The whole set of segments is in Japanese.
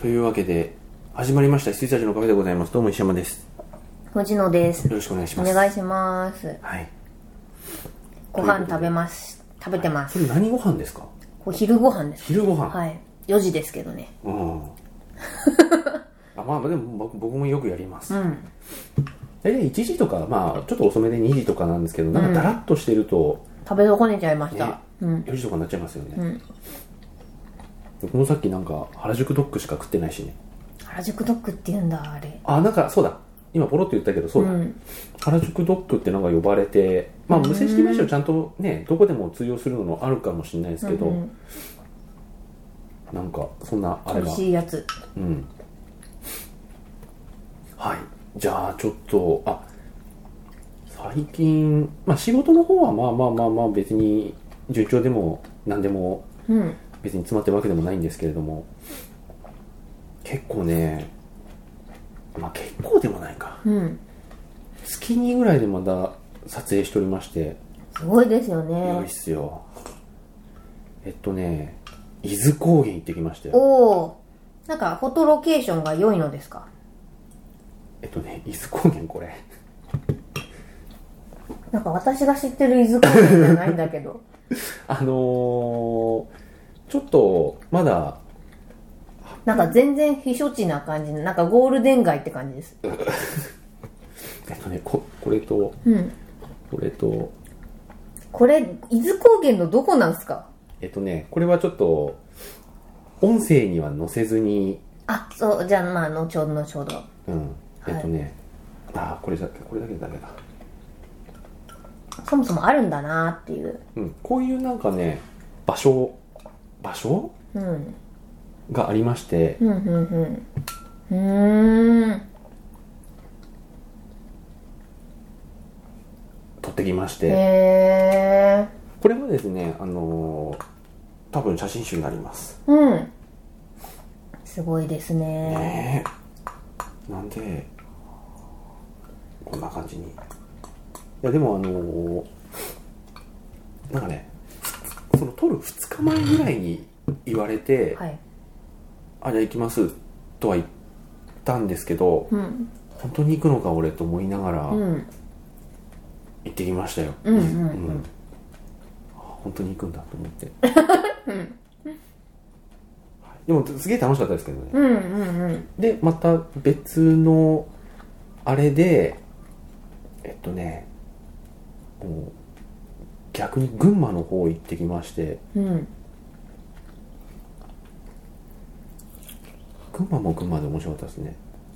というわけで始まりました羊たちのカフェでございます。どうも石山です。 藤野です。 よろしくお願いします。 お願いします。 はい。 ご飯食べてます。 それ何ご飯ですか？ 昼ご飯です。 昼ご飯。 はい。4時ですけどね。 うん。まあでも僕もよくやります。大体1時とか、まあちょっと遅めで2時とかなんですけど、なんかダラッとしてると、 食べ損ねちゃいました。 4時とかになっちゃいますよね。僕もさっきなんか原宿ドッグしか食ってないしね。 原宿ドッグって言うんだあれ。 なんかそうだ。今ポロッと言ったけどそうだ。原宿ドッグってなんか呼ばれて、まあ無正式名称ちゃんとねどこでも通用するのあるかもしれないですけど、なんかそんなあれが。 美味しいやつ。 はい。じゃあちょっと最近仕事の方はまあ別に順調でも何でも別に詰まってるわけでもないんですけれども、結構ね、結構でもないか、月2ぐらいでまだ撮影しておりまして。 すごいですよね。 よいっすよ。伊豆高原行ってきましたよ。 おお。なんかフォトロケーションが良いのですか？ 伊豆高原これなんか私が知ってる伊豆高原じゃないんだけどちょっとまだなんか全然避暑地な感じ、なんかゴールデン街って感じです。 これと、 これ伊豆高原のどこなんですか？ これはちょっと音声には載せずに、 そう、じゃあ後ほどこれだけダメだ。 そもそもあるんだなっていう、 こういうなんかね場所、がありまして、撮ってきまして、これはですね多分写真集になります。 すごいですね。 なんでこんな感じに。いやでもなんかね、その撮る2日前ぐらいに言われて、じゃあ行きますとは言ったんですけど、本当に行くのか俺と思いながら、行ってきましたよ。本当に行くんだと思ってでもすげえ楽しかったですけどね。でまた別のあれでもう逆に群馬の方行ってきまして、群馬も群馬で面白かったですね。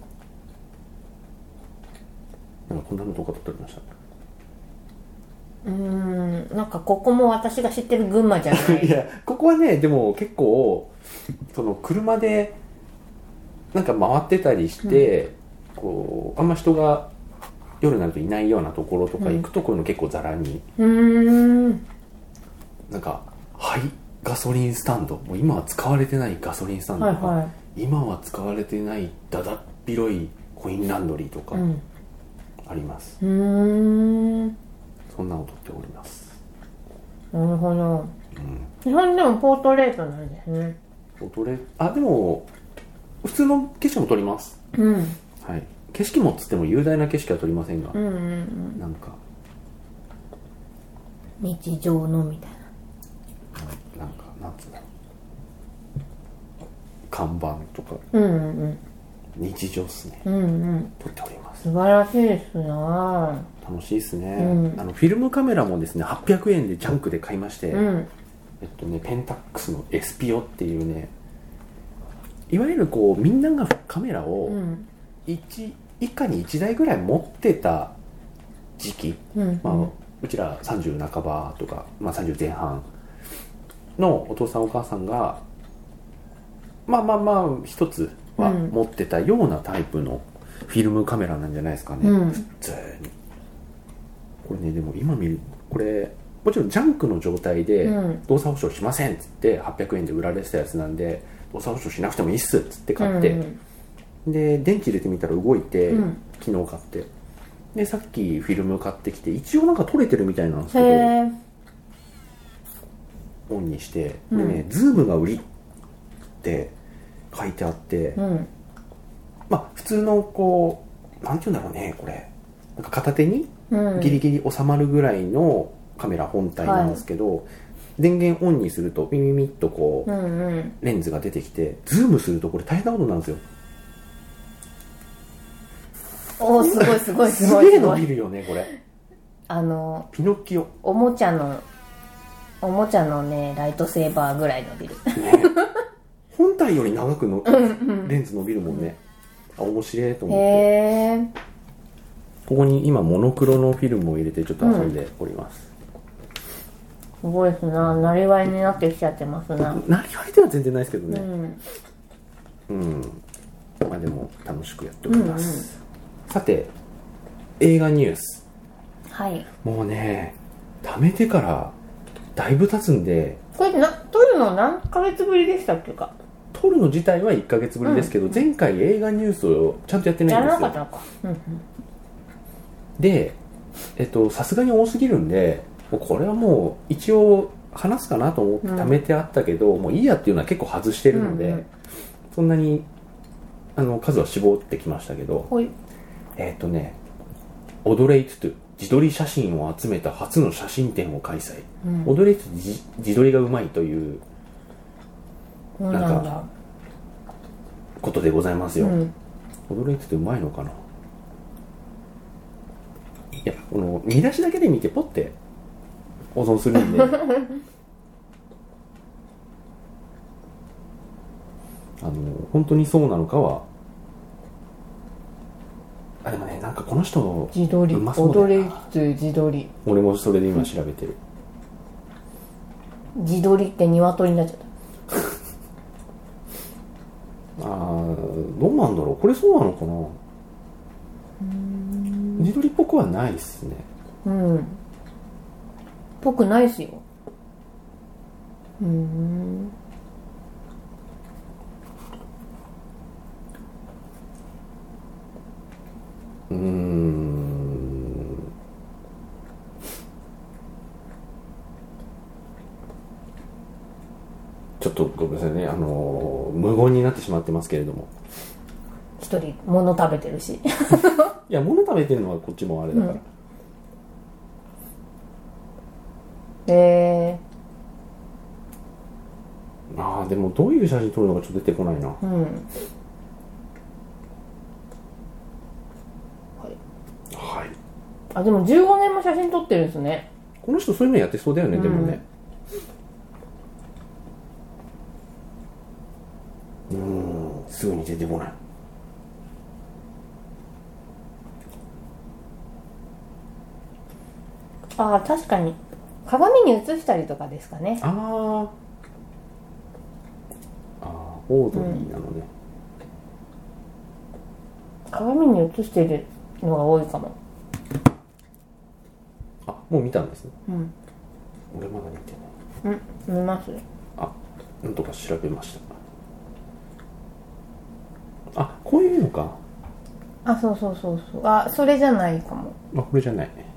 なんかこんなのとか撮っておりました。 なんかここも私が知ってる群馬じゃないいやここはねでも結構その車でなんか回ってたりして、こうあんま人が夜になるといないようなところとか行くとこういうの結構ザラに、なんかガソリンスタンド、もう今は使われてないガソリンスタンドとか、今は使われてないだだっ広いコインランドリーとかあります。そんなのを撮っております。 なるほど。日本でもポートレートなんですね。 でも普通の景色も撮ります。はい。景色もっつっても雄大な景色は撮りませんが、なんか日常のみたいな、なんかなんつうの、看板とか、日常っすね。撮っております。 素晴らしいですな。 楽しいですね。フィルムカメラもですね800円でジャンクで買いまして、ペンタックスのエスピオっていうね、いわゆるこうみんながカメラを一家に1台ぐらい持ってた時期、うちら30半ばとか、30前半のお父さんお母さんが一つは持ってたようなタイプのフィルムカメラなんじゃないですかね、普通に。これねでも今見るこれもちろんジャンクの状態で動作保証しませんっつって800円で売られてたやつなんで、動作保証しなくてもいいっすっつって買って、で電池入れてみたら動いて、昨日買って、でさっきフィルム買ってきて一応なんか撮れてるみたいなんですけど、オンにして、でねズームが売りって書いてあって、まあ普通のこうなんていうんだろうね、これなんか片手にギリギリ収まるぐらいのカメラ本体なんですけど、電源オンにするとピミミッとこう、レンズが出てきて、ズームするとこれ大変なことなんですよ。 おー、すごいすごいすごいすげえ伸びるよねこれ。ピノッキオおもちゃのねライトセーバーぐらい伸びる、 ね、本体より長くのレンズ伸びるもんね。面白いと思って。ここに今モノクロのフィルムを入れてちょっと遊んでおります、 すごいですな。なりわいになってきちゃってますな。 なりわいでは全然ないですけどね。まあでも楽しくやっております、さて映画ニュース。 はい。 もうね貯めてからだいぶ経つんで。 これ撮るの何ヶ月ぶりでしたっけか。 撮るの自体は1ヶ月ぶりですけど、前回映画ニュースをちゃんとやってないんですよ。 やらなかったのか。 でさすがに多すぎるんで、もうこれはもう一応話すかなと思って貯めてあったけど、もういいやっていうのは結構外してるので、そんなに数は絞ってきましたけど、オドレイツと自撮り写真を集めた初の写真展を開催、オドレイツ自撮りがうまいというなんかことでございますよ、オドレイツってうまいのかな。いや、この見出しだけで見てポッて保存するんで本当にそうなのかは。でもね、なんかこの人自撮り、 うまそうだな。 オドレイツ自撮り。 俺もそれで今調べてる。 自撮りって鶏になっちゃったどうなんだろう、これそうなのかな。自撮りっぽくはないっすね。 ぽくないっすよ。 ちょっとごめんなさいね、無言になってしまってますけれども。 一人物食べてるしいや、物食べてるのはこっちもあれだから、でもどういう写真撮るのかちょっと出てこないな。 でも15年も写真撮ってるんですね。 この人そういうのやってそうだよね、でもね。すぐに出てこない。 確かに鏡に映したりとかですかね。 オードリーなのね、 鏡に映してるのが多いかも。 もう見たんですね。俺まだ見てない。 見ます。 なんとか調べました。こういうのか。 そうそれじゃないかも。 これじゃないね。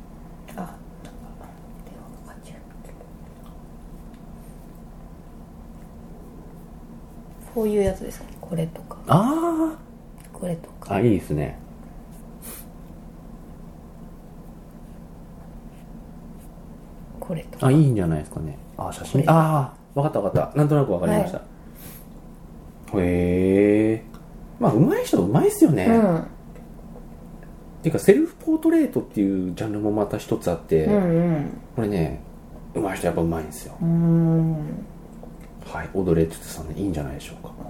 こういうやつですね。これとか。これとか。 いいですね。 これとか。 いいんじゃないですかね。写真。分かったなんとなく分かりました。へえ。うまい人うまいっすよね。っていうかセルフポートレートっていうジャンルもまた一つあって、これね、うまい人やっぱうまいんですよ。オドレイツさんでいいんじゃないでしょうか。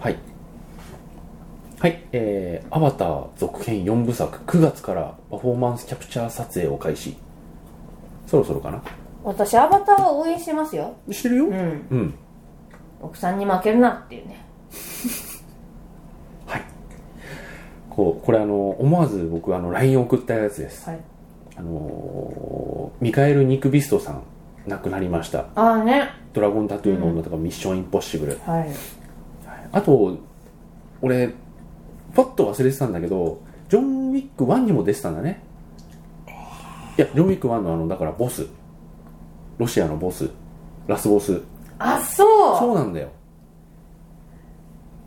アバター続編4部作9月からパフォーマンスキャプチャー撮影を開始。そろそろかな。 私アバターは応援してますよ。 してるよ。 奥さんに負けるなっていうね。 これ思わず僕LINE 送ったやつです。ミカエル・ニクビストさん亡くなりました。ドラゴンタトゥーの女とかミッションインポッシブル、あと俺パッと忘れてたんだけど、ジョン・ウィック1にも出てたんだね。いや、ジョン・ウィック1のだからボス、ロシアのボス、ラスボス。 そうそうなんだよ。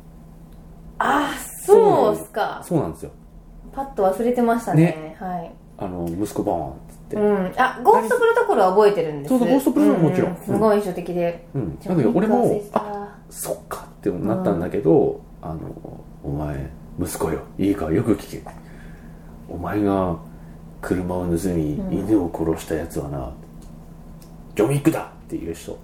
あ、そうっすか。 そうなんですよ。 パッと忘れてましたね。はい。 息子ボーンっつって。 あ、ゴーストプロトコルは覚えてるんです。 そうそう、ゴーストプロトコルもちろん。 すごい印象的で。 だけど俺も、そっかってなったんだけど、お前、息子よ、いいかよく聞け。お前が車を盗み、犬を殺したやつはな、ジョミックだっていう人。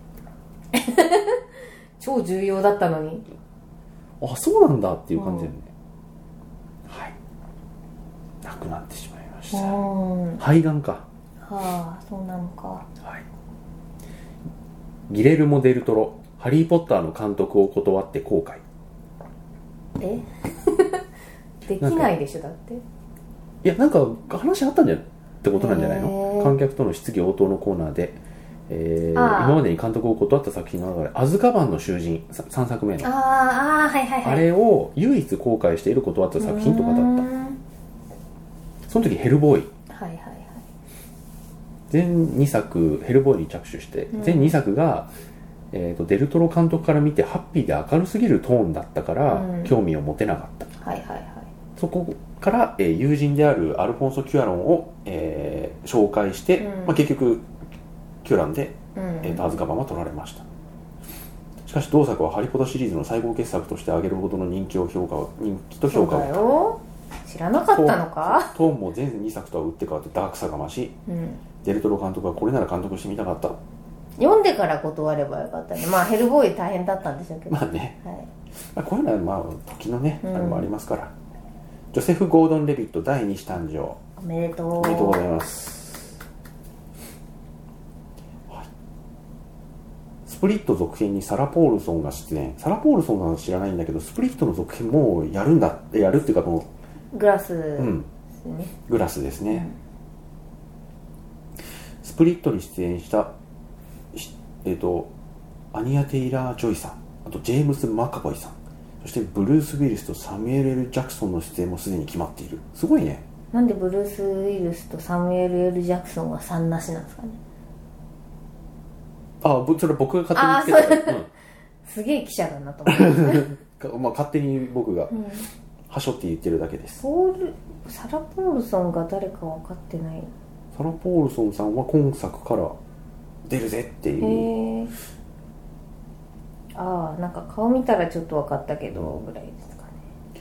超重要だったのに。 あ、そうなんだっていう感じだよね。はい。亡くなってしまいました。肺がんか。 はあ、そうなのか。はい。 ギレルモ・デルトロ、ハリー・ポッターの監督を断って後悔。 できないでしょ、だって。 いや、なんか話あったんじゃってことなんじゃないの。観客との質疑応答のコーナーで、今までに監督を断った作品の中でアズカバンの囚人3作目のあれを唯一後悔している断った作品とかだった。その時ヘルボーイ、全2作ヘルボーイに着手して、全2作が、デルトロ監督から見てハッピーで明るすぎるトーンだったから、興味を持てなかった。そこから、友人であるアルフォンソ・キュアロンを、紹介して、結局キュランで、アズカバンは取られました。しかし同作はハリポタシリーズの最高傑作として挙げるほどの人気と評価を知らなかったのか。 トーンも全2作とは打って変わってダークさが増し、デルトロ監督はこれなら監督してみたかった。 読んでから断ればよかったね。まあヘルボーイ大変だったんでしょうけど。 まあね、こういうのはまあ時のね、あれもありますから。ジョセフ・ゴードン・レビット第2子誕生。 おめでとう。 おめでとうございます。スプリット続編にサラ・ポールソンが出演。サラ・ポールソンは知らないんだけど、スプリットの続編もやるっていうかもうグラスですね。 グラスですね。スプリットに出演したアニア・テイラー・ジョイさん、あとジェームス・マカボイさん、そしてブルース・ウィルスとサミュエル・L・ジャクソンの出演もすでに決まっている。すごいね。 なんでブルース・ウィルスとサミュエル・L・ジャクソンは3なしなんですかね。 それ僕が勝手につけた。 すげえ記者だなと思ってまあ勝手に僕がはしょって言ってるだけです。 サラ・ポールソンが誰か分かってない。 サラ・ポールソンさんは今作から出るぜっていう。 なんか顔見たらちょっと分かったけどぐらいですかね。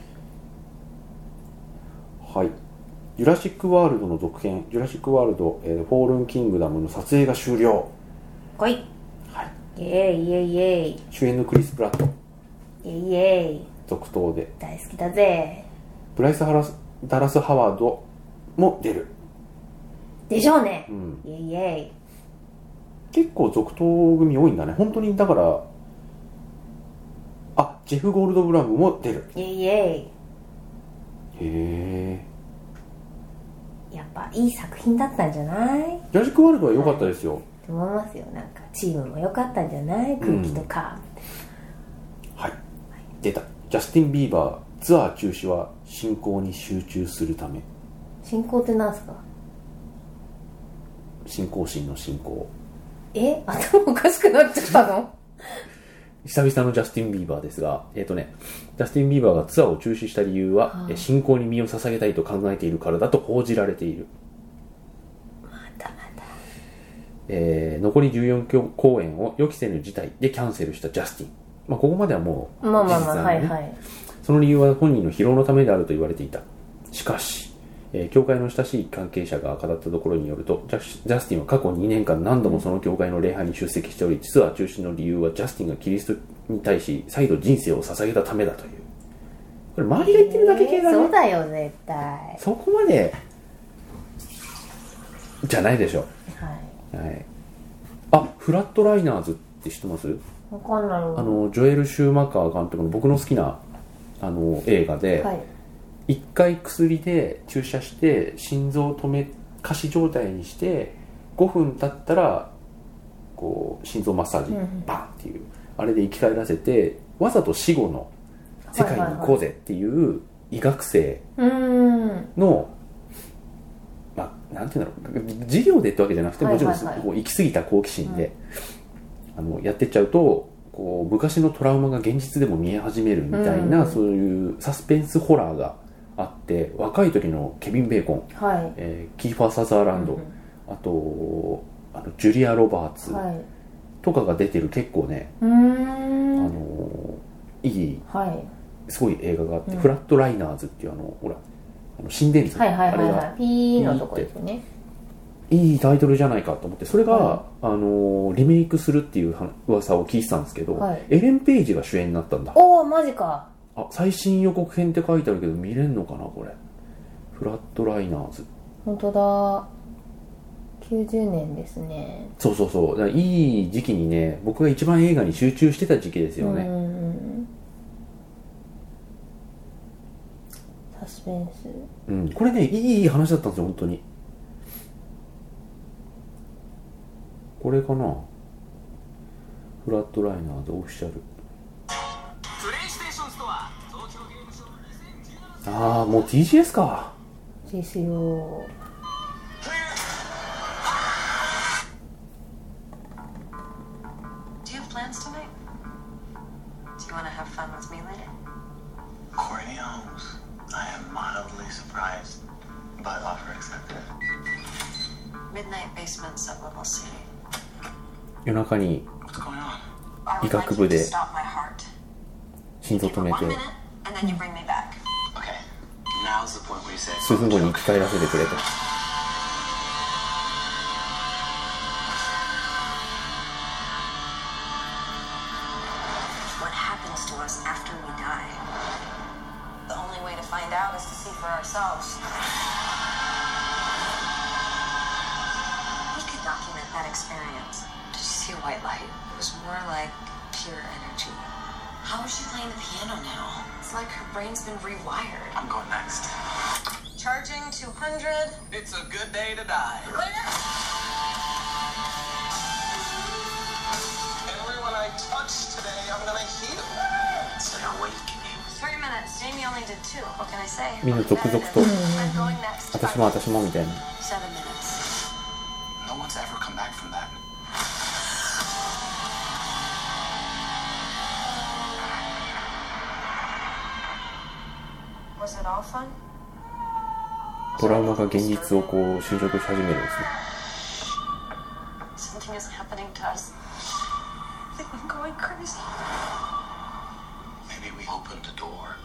はい。ジュラシック・ワールドの続編、ジュラシック・ワールド、フォールン・キングダムの撮影が終了。 はい。イエイイエイイエイ。 主演のクリス・プラット。 イエイイエイ。 続投で。 大好きだぜ。 ブライス・ダラス・ハワードも出る。 でしょうね。イエイイエイ。 結構続投組多いんだね。本当にだから、ジェフ・ゴールドブラムも出る。 イエイイエイ。 へえ。 やっぱいい作品だったんじゃない？ ジュラシック・ワールドは良かったですよ。 思いますよ。なんかチームも良かったんじゃない？空気とか、 はい、出た。ジャスティン・ビーバーツアー中止は進行に集中するため。 進行って何すか？ 信仰心の進行。 頭おかしくなっちゃったの？ 久々のジャスティン・ビーバーですが、ジャスティン・ビーバーがツアーを中止した理由は、信仰に身を捧げたいと考えているからだと報じられている。残り14公演を予期せぬ事態でキャンセルしたジャスティン。ここまではもう事実なんでね。その理由は本人の疲労のためであると言われていた。しかし、教会の親しい関係者が語ったところによると、ジャスティンは過去2年間何度もその教会の礼拝に出席しており、ツアー中止の理由はジャスティンがキリストに対し再度人生を捧げたためだという。これ周りが言ってるだけ系だね。 そうだよ絶対。 そこまでじゃないでしょ。はい。フラットライナーズって知ってます？ わかんないよ。 ジョエル・シューマカー監督の僕の好きな映画で、一回薬で注射して心臓を仮死状態にして5分経ったらこう心臓マッサージバンっていう、あれで生き返らせてわざと死後の世界に行こうぜっていう医学生の、なんていうんだろう、授業でってわけじゃなくて、もちろんこう行き過ぎた好奇心で、やってっちゃうとこう昔のトラウマが現実でも見え始めるみたいな、そういうサスペンスホラーがあって、若い時のケビン・ベーコン、キーファー・サザーランド、あとジュリア・ロバーツとかが出てる結構ね、いい、すごい映画があって、フラットライナーズっていうほら心電図、あれがピーのとこですよね。 いいタイトルじゃないかと思って、それが、リメイクするっていう噂を聞いてたんですけど、エレン・ペイジが主演になったんだ。 おお、マジか。 最新予告編って書いてあるけど見れんのかなこれ。フラットライナーズ。 本当だ。90年ですね。 そうだからいい時期にね、僕が一番映画に集中してた時期ですよね。 サスペンス。 これね、いい話だったんですよ本当に。これかな。フラットライナーズオフィシャル。プレイステーションストア東京ゲームショウ2017。もう TGS か。 ですよ。 Do you have plans tonight? Do you want to have fun with me later? Courtney Holmes, I am mildly surprised, but offer accepted. Midnight basements at Level C. 夜中に医学部で心臓止めて数分後に生き返らせてくれと。 What happens to us after we die? The only way to find out is to see for ourselves. We could document that experience. Did you see a white light? It was more like pure energy. How is she playing the piano now? It's like her brain's been rewired. I'm going next. Charging 200. It's a good day to die. Emily, when I touch today, I'm gonna heal. It's like awakening. 3 minutes. Jamie only did 2. What can I say? みんな続々と私もみたいな。 7 minutes. No one's ever come back from that. Was it all fun? トラウマが現実をこう侵食し始めるんですね。 Something is happening to us. I think I'm going crazy. Maybe we opened the door.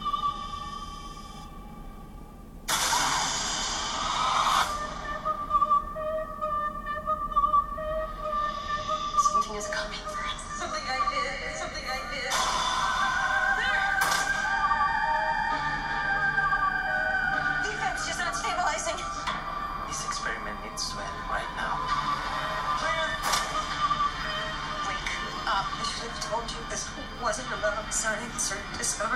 Something is coming for us. Something I did. Something I did. Defense just not stabilizing. This experiment needs to end right now. Wake up. I should have told you this wasn't about science or discovery.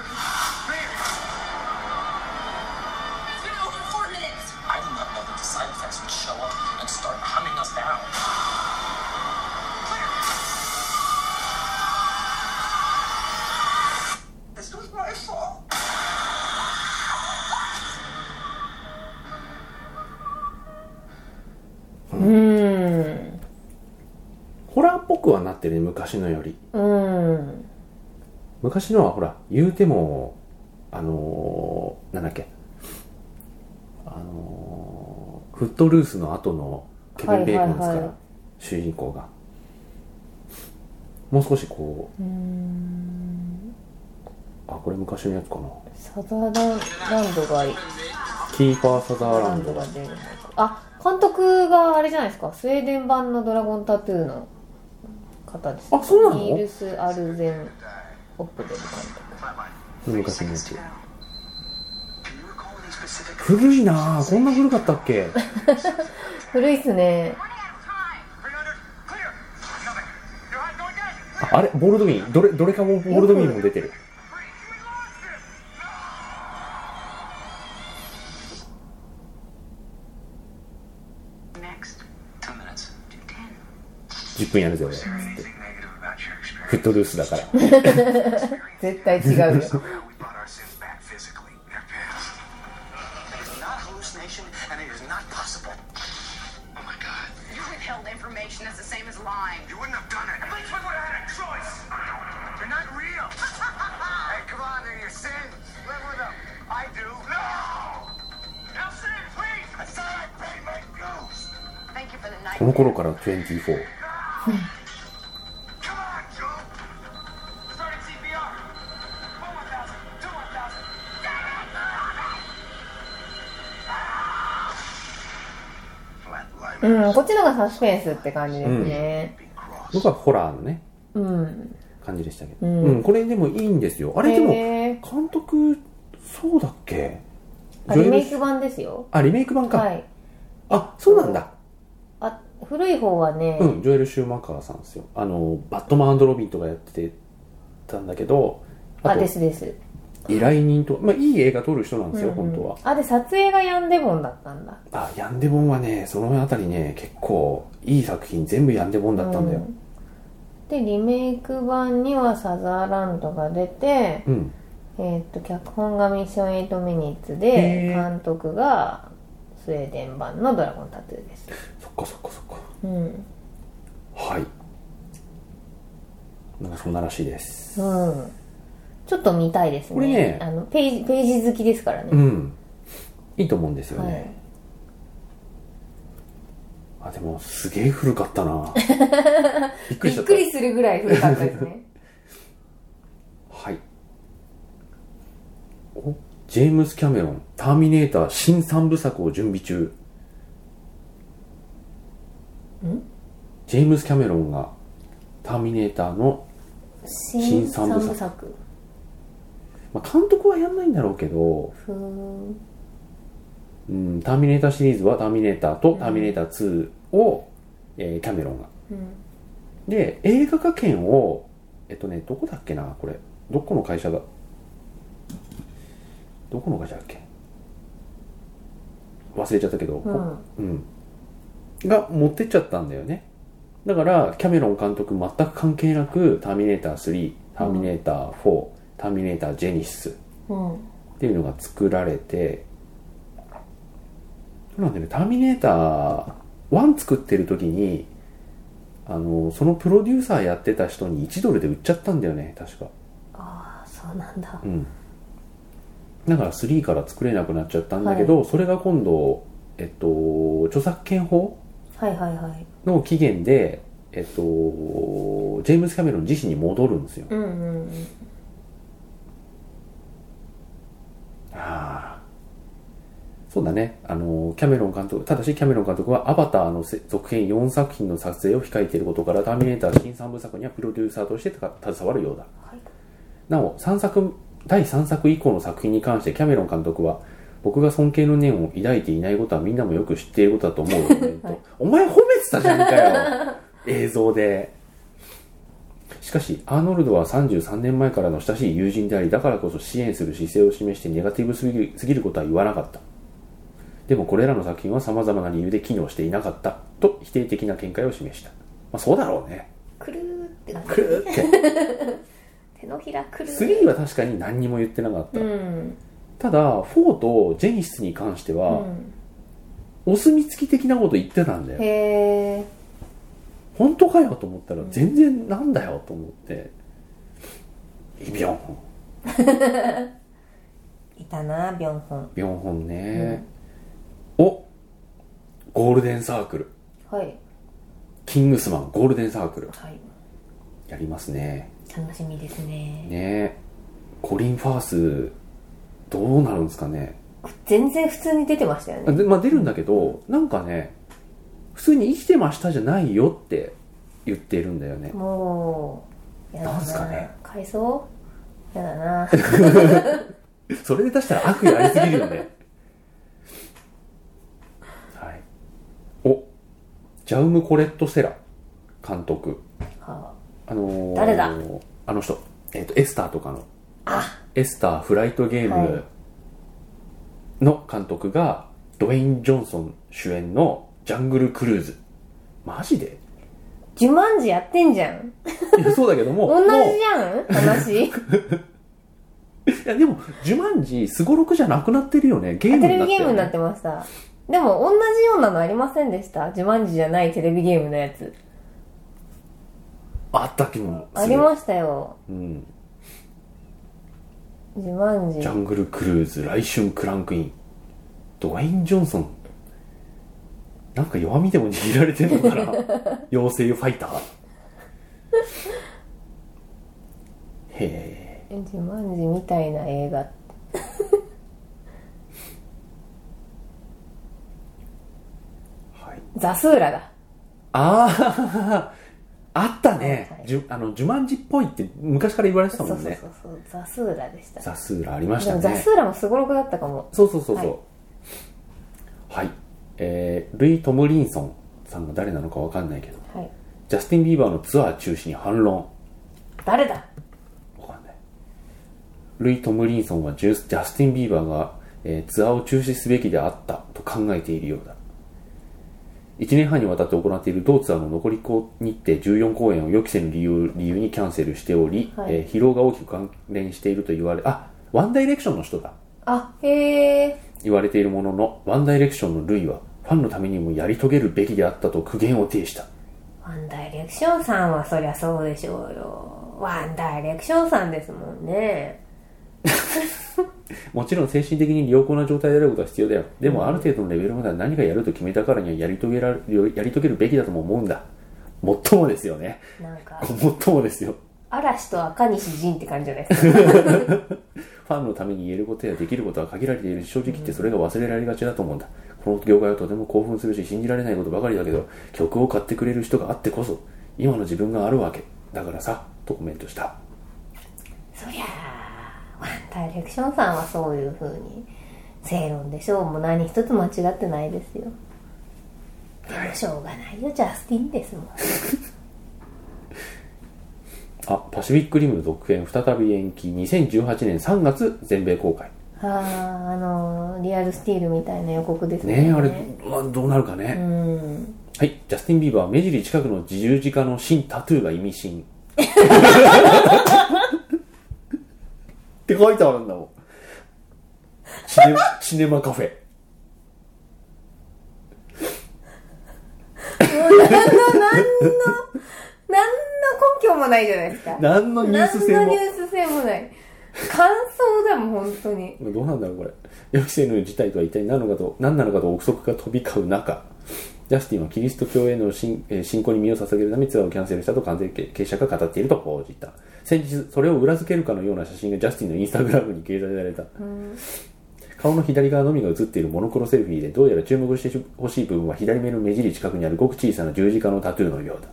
It's been over 4 minutes. I did not know that the side effects would show up and start hunting us down. This was my fault. ホラーっぽくはなってるね、昔のより。昔のはほら言うてもなんだっけ、フットルースの後のケビン・ベーコンですから、主人公がもう少しこう、これ昔のやつかな。 サザーランドがキーファー・サザーランドが出るのか。監督があれじゃないですか、スウェーデン版のドラゴンタトゥーの方です。 そうなの？ ニールス・アルゼン・オップデル監督。 昔のやつ。古いなぁ。こんな古かったっけ？ 古いっすね。 あれボールドウィン、どれかもボールドウィンも出てる。10分やるぜ俺ってフットルースだから絶対違うよ。 この頃から24。 うん、こっちのがサスペンスって感じですね。 僕はホラーのね、感じでしたけど、これでもいいんですよ。あれでも監督そうだっけ？ リメイク版ですよ。 リメイク版か。 はい。 そうなんだ。 古い方はね、 ジョエル・シューマッカーさんですよ。バットマン&ロビンとかやってたんだけど、 です。 依頼人と、いい映画撮る人なんですよ、本当は。 で、撮影がヤンデボンだったんだ。 ヤンデボンはね、そのあたりね、結構いい作品全部ヤンデボンだったんだよ。 で、リメイク版にはサザーランドが出て、脚本がミッション8ミニッツで、監督がスウェーデン版のドラゴンタトゥーです。 そっか。はい。なんかそんならしいです。 ちょっと見たいですね。これね、ページ好きですからね。 いいと思うんですよね。でもすげえ古かったな。びっくりしちゃった。 びっくりするぐらい古かったですね。 はい。ジェームス・キャメロン、ターミネーター新3部作を準備中。ジェームス・キャメロンがターミネーターの新3部作。監督はやんないんだろうけど、ターミネーターシリーズはターミネーターとターミネーター2を、キャメロンが、で映画化権をどこだっけな、これどこの会社だっけ、忘れちゃったけど、が持ってっちゃったんだよね。だからキャメロン監督全く関係なくターミネーター3、ターミネーター4、ターミネータージェニシスっていうのが作られて、なんでね、ターミネーター1作ってる時にそのプロデューサーやってた人に$1で売っちゃったんだよね、確か。 そうなんだ。 だから3から作れなくなっちゃったんだけど、それが今度著作権法の期限でジェームス・キャメロン自身に戻るんですよ。そうだね。キャメロン監督、ただしキャメロン監督はアバターの続編4作品の撮影を控えていることから、ターミネーター新3部作にはプロデューサーとして携わるようだ。なお、第3作以降の作品に関してキャメロン監督は、僕が尊敬の念を抱いていないことはみんなもよく知っていることだと思うよ、お前褒めてたじゃんかよ。映像で。しかし、アーノルドは33年前からの親しい友人であり、だからこそ支援する姿勢を示してネガティブすぎることは言わなかった。でもこれらの作品は様々な理由で機能していなかったと否定的な見解を示した。そうだろうね。 くるーって感じ。 くるーって手のひらくるー。 3は確かに何にも言ってなかった。ただ4とジェニシスに関しては、お墨付き的なこと言ってたんだよ。 へー。 本当かよと思ったら全然なんだよと思って、イ・ビョンホンいたな、ビョンホン。 ビョンホンね、ゴールデンサークル、キングスマンゴールデンサークル、やりますね。 楽しみですね。 ね、コリン・ファースどうなるんですかね。 全然普通に出てましたよね。 出るんだけど、なんかね、普通に生きてましたじゃないよって言ってるんだよね。 もうやだな。なんすかね。回想やだな。 それで出したら悪意ありすぎるよね。はい。ジャウム・コレット・セラ監督。 誰だ？ あの人。エスターとかの。エスターフライトゲームの監督が、ドウェイン・ジョンソン主演のジャングル・クルーズ。マジで？ ジュマンジやってんじゃん。 いや、そうだけども。 同じじゃん話。いや、でも、ジュマンジ、スゴロクじゃなくなってるよね。ゲームになってる、ね。 テレビゲームになってました。でも、同じようなのありませんでした？ジュマンジじゃないテレビゲームのやつ。 あった気もする。 ありましたよ。ジュマンジ。 ジャングル・クルーズ、来春クランクイン。ドウェイン・ジョンソン。 なんか弱みでも握られてるのかな妖精ファイター。へえ。 ジュマンジみたいな映画はい、 ザスーラだ。 あったね、 はいはい、 ジュマンジっぽいって昔から言われてたもんね。 そうザスーラでした。 ザスーラありましたね。 でもザスーラもすごろくだったかも。 そうはい、ルイ・トムリンソンさんが誰なのか分かんないけど、はい、ジャスティン・ビーバーのツアー中止に反論。 誰だ。 分かんない。ルイ・トムリンソンはジャスティン・ビーバーが、ツアーを中止すべきであったと考えているようだ。1年半にわたって行っている同ツアーの残り日程14公演を予期せぬ理由にキャンセルしており、はい、疲労が大きく関連していると言われ、ワンダイレクションの人だ。 へー。 言われているものの、ワンダイレクションのルイはファンのためにもやり遂げるべきであったと苦言を呈した。 ワンダイレクションさんはそりゃそうでしょうよ。ワンダイレクションさんですもんね。 もちろん精神的に良好な状態であることは必要だよ。でもある程度のレベルまでは何かやると決めたからにはやり遂げるべきだとも思うんだ。もっともですよね。 なんかもっともですよ。 嵐と赤西仁って感じじゃないですか。 ファンのために言えることやできることは限られているし、正直言ってそれが忘れられがちだと思うんだ。この業界はとても興奮するし信じられないことばかりだけど、曲を買ってくれる人があってこそ今の自分があるわけだからさ、とコメントした。 そりゃワンダイレクションさんはそういう風に正論でしょう。もう何一つ間違ってないですよ。でもしょうがないよ、ジャスティンですもん。 パシフィックリムの続編再び延期。2018年3月全米公開。 リアルスティールみたいな予告ですね。 あれ、どうなるかね。はい。ジャスティン・ビーバー、目尻近くの十字架の新タトゥーが意味深。って書いてあるんだもん。シネマカフェ。 何の根拠もないじゃないですか。 何のニュース性もない。感想だもん本当に。 どうなんだろうこれ。予期せぬ事態とは一体何なのかと憶測が飛び交う中、ジャスティンはキリスト教への信仰に身を捧げるためツアーをキャンセルしたと関係者が語っていると報じた。先日それを裏付けるかのような写真がジャスティンのインスタグラムに掲載された。顔の左側のみが写っているモノクロセルフィーで、どうやら注目してほしい部分は左目の目尻近くにあるごく小さな十字架のタトゥーのようだ。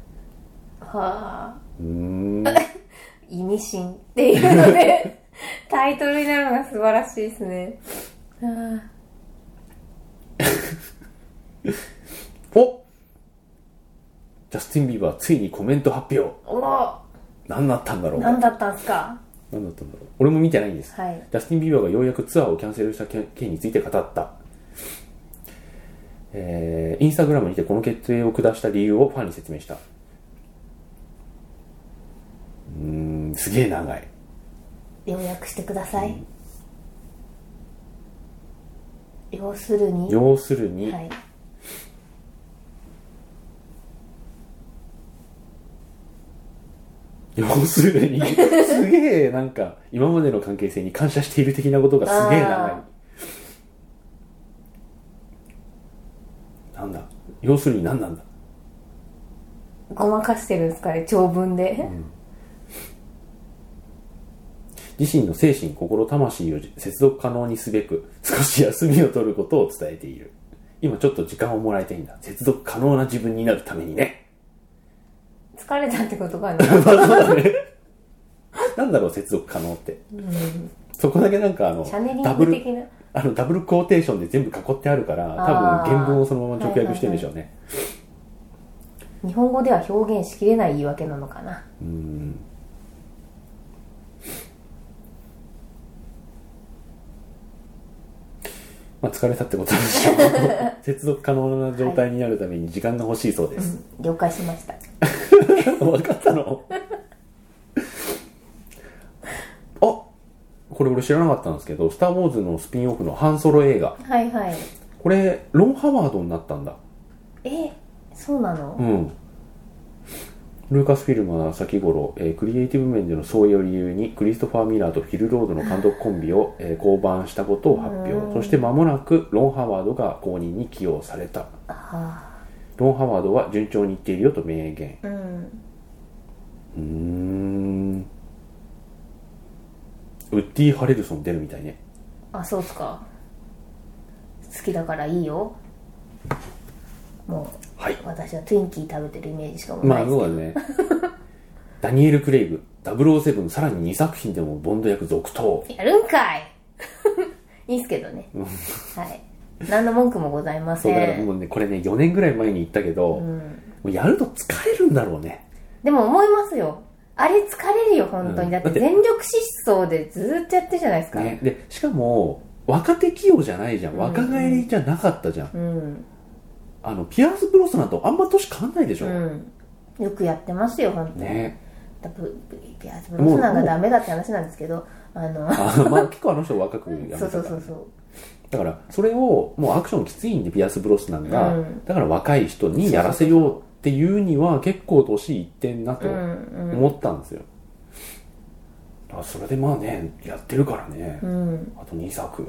意味深っていうのでタイトルになるのが素晴らしいですね。 お、ジャスティン・ビーバーついにコメント発表。何だったんだろう。 何だったんですか。 何だったんだろう。俺も見てないんです、 はい、 ジャスティン・ビーバーがようやくツアーをキャンセルした件について語った。インスタグラムにてこの決定を下した理由をファンに説明した。すげえ長い。 要約してください。要するに、 はい、要するにすげえなんか今までの関係性に感謝している的なことがすげえ長い。なんだ、要するに何なんだ。 ごまかしてるんですかね、長文で。 自身の精神、心、魂を接続可能にすべく少し休みを取ることを伝えている。今ちょっと時間をもらいたいんだ。接続可能な自分になるためにね。 疲れたってことかな。 そうだね。なんだろう、接続可能って。そこだけなんかダブルクォーテーションで全部囲ってあるから、多分原文をそのまま直訳してるんでしょうね。 日本語では表現しきれない言い訳なのかな。 疲れたってことなんでしょう。接続可能な状態になるために時間が欲しいそうです。 了解しました。 分かったの？これ俺知らなかったんですけど、スター・ウォーズのスピンオフのハンソロ映画。 はいはい。 これロン・ハワードになったんだ。 そうなの？ ルーカスフィルムは先頃、クリエイティブ面での相違を理由にクリストファー・ミラーとフィル・ロードの監督コンビを、降板したことを発表。そして間もなくロン・ハワードが後任に起用された。 ロン・ハワードは順調にいっているよと明言。ウッディ・ハレルソン出るみたいね。 あ、そうっすか。好きだからいいよ。もう、はい、私はトゥインキー食べてるイメージしかもないですけど。 まあそうだね。ダニエル・クレイグ007さらに2作品でもボンド役続投。 やるんかいいいっすけどねはい、何の文句もございません。 そうだからもうね、これね4年ぐらい前に言ったけど、もうやると疲れるんだろうね。 でも思いますよ、あれ疲れるよ本当に、だって全力疾走でずっとやってるじゃないですか、ね、 でしかも若手起用じゃないじゃん、若返りじゃなかったじゃん、ピアース・ブロスナーとあんま年変わんないでしょ、 よくやってますよ本当にね。 ピアース・ブロスナーがダメだって話なんですけど、 まあ結構あの人若くやめたから、 そうだからそれをもうアクションきついんでピアース・ブロスナーが、だから若い人にやらせようっていうには結構年いってんなと思ったんですよ、だからそれでまあねやってるからね、あと2作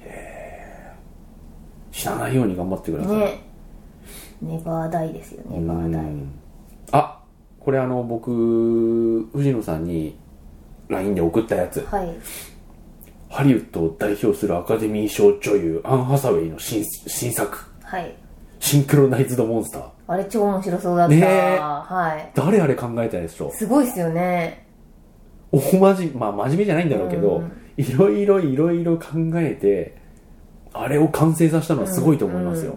死なないように頑張ってくださいね。 ネバーダイですよ、ネバーダイ。 あ、これ僕藤野さんに LINE で送ったやつ、はい、ハリウッドを代表するアカデミー賞女優アン・ハサウェイの 新作、はい、シンクロナイズドモンスター。 あれ超面白そうだった、はい、 誰あれ考えたでしょ。 すごいっすよね。 まあ真面目じゃないんだろうけど、いろいろ考えてあれを完成させたのはすごいと思いますよ、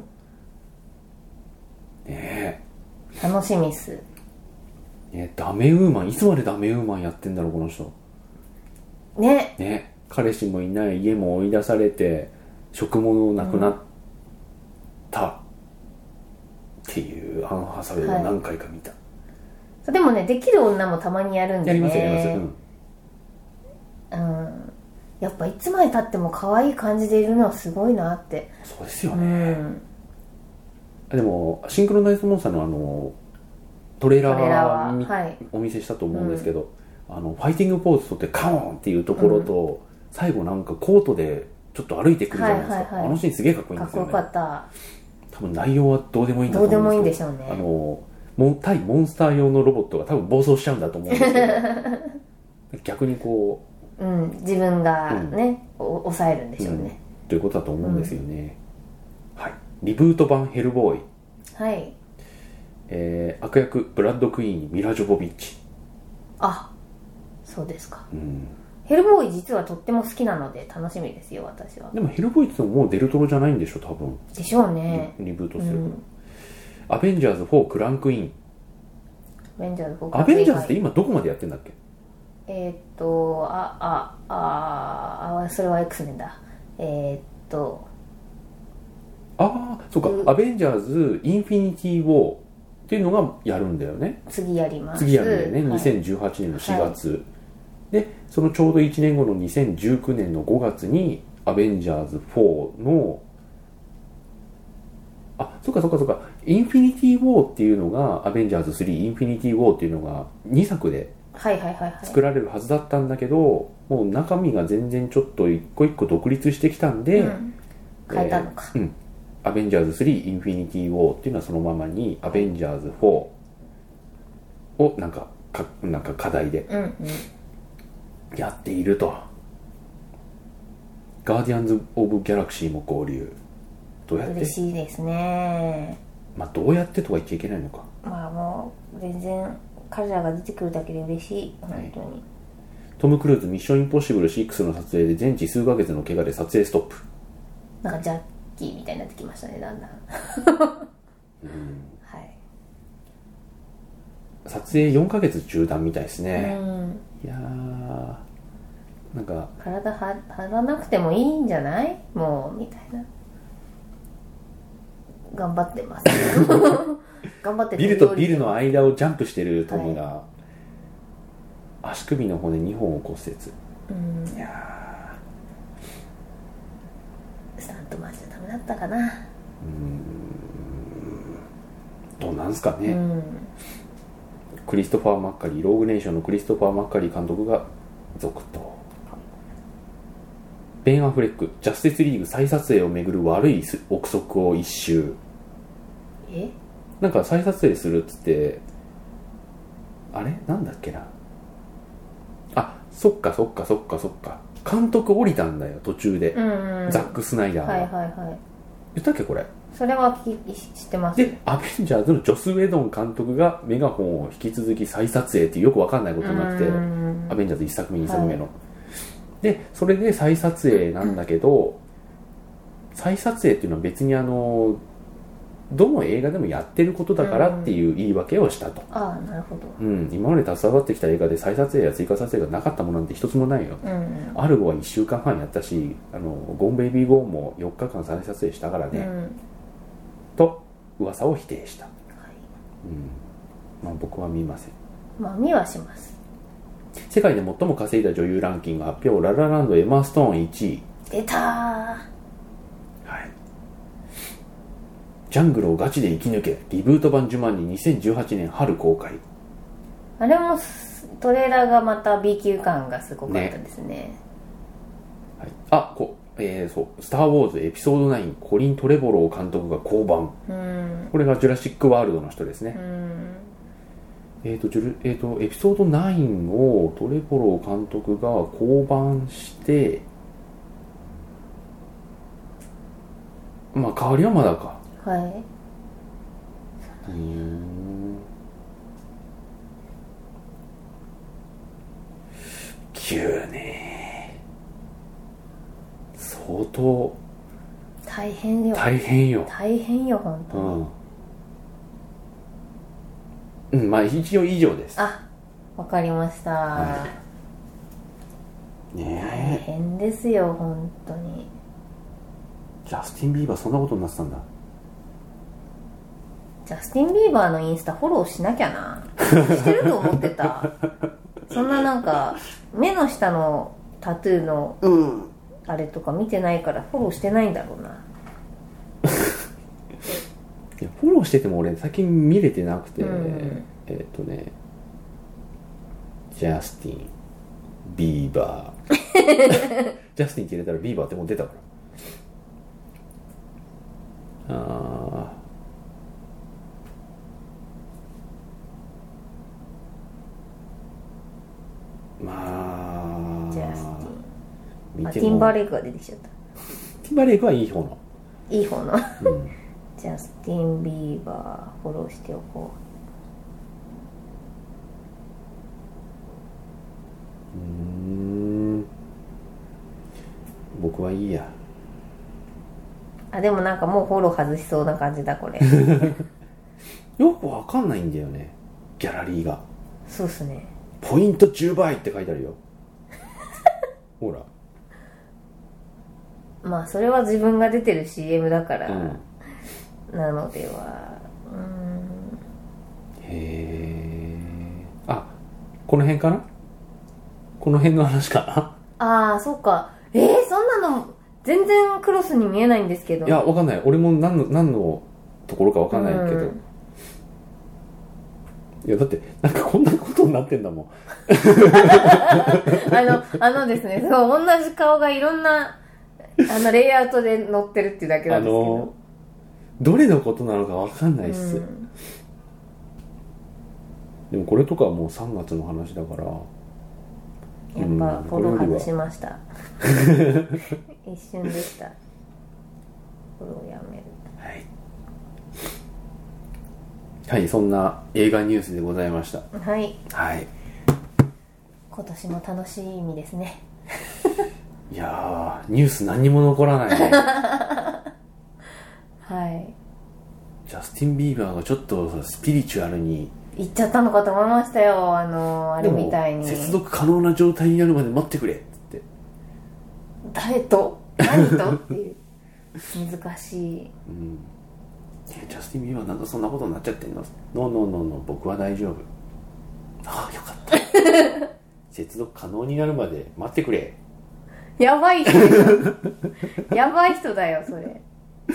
楽しみっす。 ダメウーマン、いつまでダメウーマンやってんだろうこの人ね。彼氏もいない、家も追い出されて職もなくなったっていうアン・ハサウェイを何回か見た、 でもね、できる女もたまにやるんでね。 やりますやっぱいつまで経っても可愛い感じでいるのはすごいなって。 そうですよね、でもシンクロナイズドモンスターのトレーラーお見せしたと思うんですけど、ファイティングポーズとってカーンっていうところと、最後なんかコートでちょっと歩いてくるじゃないですか、あのシーンすげえかっこいいんですよね。 かっこよかった。 多分内容はどうでもいいんだと思うんですけど、 どうでもいいんでしょうね。 対モンスター用のロボットが多分暴走しちゃうんだと思うんですけど逆にこう、 自分がね、抑えるんでしょうね、 ということだと思うんですよね、はい。リブート版ヘルボーイ、はい、悪役ブラッド・クイーンにミラ・ジョボビッチ。 あ、そうですか、ヘルボーイ実はとっても好きなので楽しみですよ私は。 でもヘルボーイってもうデルトロじゃないんでしょ多分。 でしょうね、 リブートする、アベンジャーズ4クランクイン。 アベンジャーズって今どこまでやってんだっけ。 それは X メンだ。 そうか、アベンジャーズインフィニティ・ウォーっていうのがやるんだよね。 次やるんだよね、2018年の4月、でそのちょうど1年後の2019年の5月にアベンジャーズ4のそうかインフィニティ・ウォーっていうのがアベンジャーズ3インフィニティ・ウォーっていうのが2作で作られるはずだったんだけど、もう中身が全然ちょっと一個一個独立してきたんで、 変えたのか、 アベンジャーズ3インフィニティ・ウォーっていうのはそのままにアベンジャーズ4をなんか課題でやっていると、ガーディアンズ・オブ・ギャラクシーも合流。どうやって。 嬉しいですね。 どうやってとは言っちゃいけないのか。 もう全然彼らが出てくるだけで嬉しい、本当に。 トム・クルーズミッション・インポッシブル6の撮影で全治数ヶ月の怪我で撮影ストップ。 なんかジャッキーみたいになってきましたね、だんだんはい。 撮影4ヶ月中断みたいですね。いやー、なんか体張らなくてもいいんじゃないもうみたいな。頑張ってます頑張ってビルとビルの間をジャンプしてるトムが、足首の骨2本を骨折。いやスタントマンじゃダメだったかな。 どうなんすかね。クリストファー・マッカリー、ローグネーションのクリストファー・マッカリー監督が続投。ベン・アフレック、ジャスティスリーグ再撮影をめぐる悪い憶測を一周。 なんか再撮影するっつって、あれなんだっけな、あ、そっか監督降りたんだよ途中で、ザック・スナイダーが。言ったっけこれ。 それは知ってます。 でアベンジャーズのジョス・ウェドン監督がメガホンを引き続き再撮影っていうよくわかんないことになって、アベンジャーズ1作目2作目の、でそれで再撮影なんだけど、再撮影っていうのは別にどの映画でもやってることだからっていう言い訳をしたと。 ああ、なるほど。 今まで携わってきた映画で再撮影や追加撮影がなかったものなんて一つもないよ。アルゴは1週間半やったし、ゴンベイビーゴーンも4日間再撮影したからね、と噂を否定した。まあ僕は見ません。 まあ見はします。 世界で最も稼いだ女優ランキング発表。ララランドエマーストーン1位。 出たー。 ジャングルをガチで生き抜けリブート版ジュマンニ2018年春公開。 あれもトレーラーがまた B 級感がすごかったですね。 そうスター・ウォーズエピソード9コリン・トレボロー監督が降板。これがジュラシック・ワールドの人ですね。エピソード9をトレボロー監督が降板して、まあ代わりはまだか。9ね、相当大変よ本当に。 まあ一応以上です。 あ、わかりました、大変ですよ本当に。 ジャスティン・ビーバーそんなことになってたんだ。 ジャスティン・ビーバーのインスタフォローしなきゃな。してると思ってた。そんななんか目の下のタトゥーのあれとか見てないからフォローしてないんだろうな。 いやフォローしてても俺最近見れてなくて、ジャスティン・ビーバージャスティンって入れたらビーバーってもう出たから。まあジャスティン、ティンバーレイクが出てきちゃった。 ティンバーレイクはいい方のジャスティン・ビーバーフォローしておこう。僕はいいや。 でもなんかもうフォロー外しそうな感じだこれ。 よくわかんないんだよねギャラリーが。 そうっすね。 ポイント10倍って書いてあるよ。ほら。 まあそれは自分が出てる CM だから、なのでは。 へえ。あ、この辺かな。この辺の話かな。そっか。そんなの全然クロスに見えないんですけど。 いやわかんない。俺も何のところかわかんないけど。いやだってなんかこんなことになってんだもん。 ですね、そう同じ顔がいろんなレイアウトで載ってるっていうだけなんですけど、 どれのことなのかわかんないっす。でもこれとかはもう3月の話だから。 やっぱフォロー外しました。一瞬でした。フォローやめる。 はい、そんな映画ニュースでございました。 はい。今年も楽しみですね。 いやー、ニュース何にも残らないね。ジャスティン・ビーバーがちょっとスピリチュアルに行っちゃったのかと思いましたよ。あれみたいに接続可能な状態になるまで待ってくれって。 誰と何とっていう難しい。 ジャスティン・ビーバーなんかそんなことになっちゃってんの。ノー僕は大丈夫。よかった接続可能になるまで待ってくれ。 やばい人やばい人だよそれ。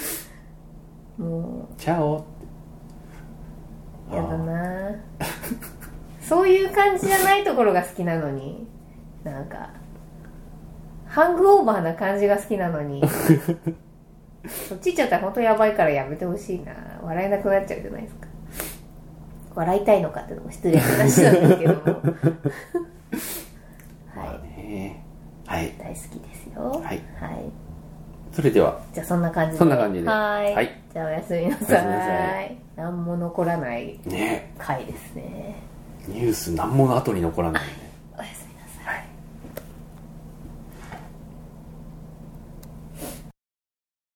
もうチャオってやだな。そういう感じじゃないところが好きなのに、なんかハングオーバーな感じが好きなのにそっち行っちゃったら本当やばいからやめてほしいな。笑えなくなっちゃうじゃないですか。笑いたいのかってのも失礼な話なんですけどもはい、 はい、 大好きですよ。はい、はい、 それではじゃあそんな感じで、 そんな感じで、 はい、じゃあおやすみなさい。何も残らないね回ですね。 ニュース何も後に残らないね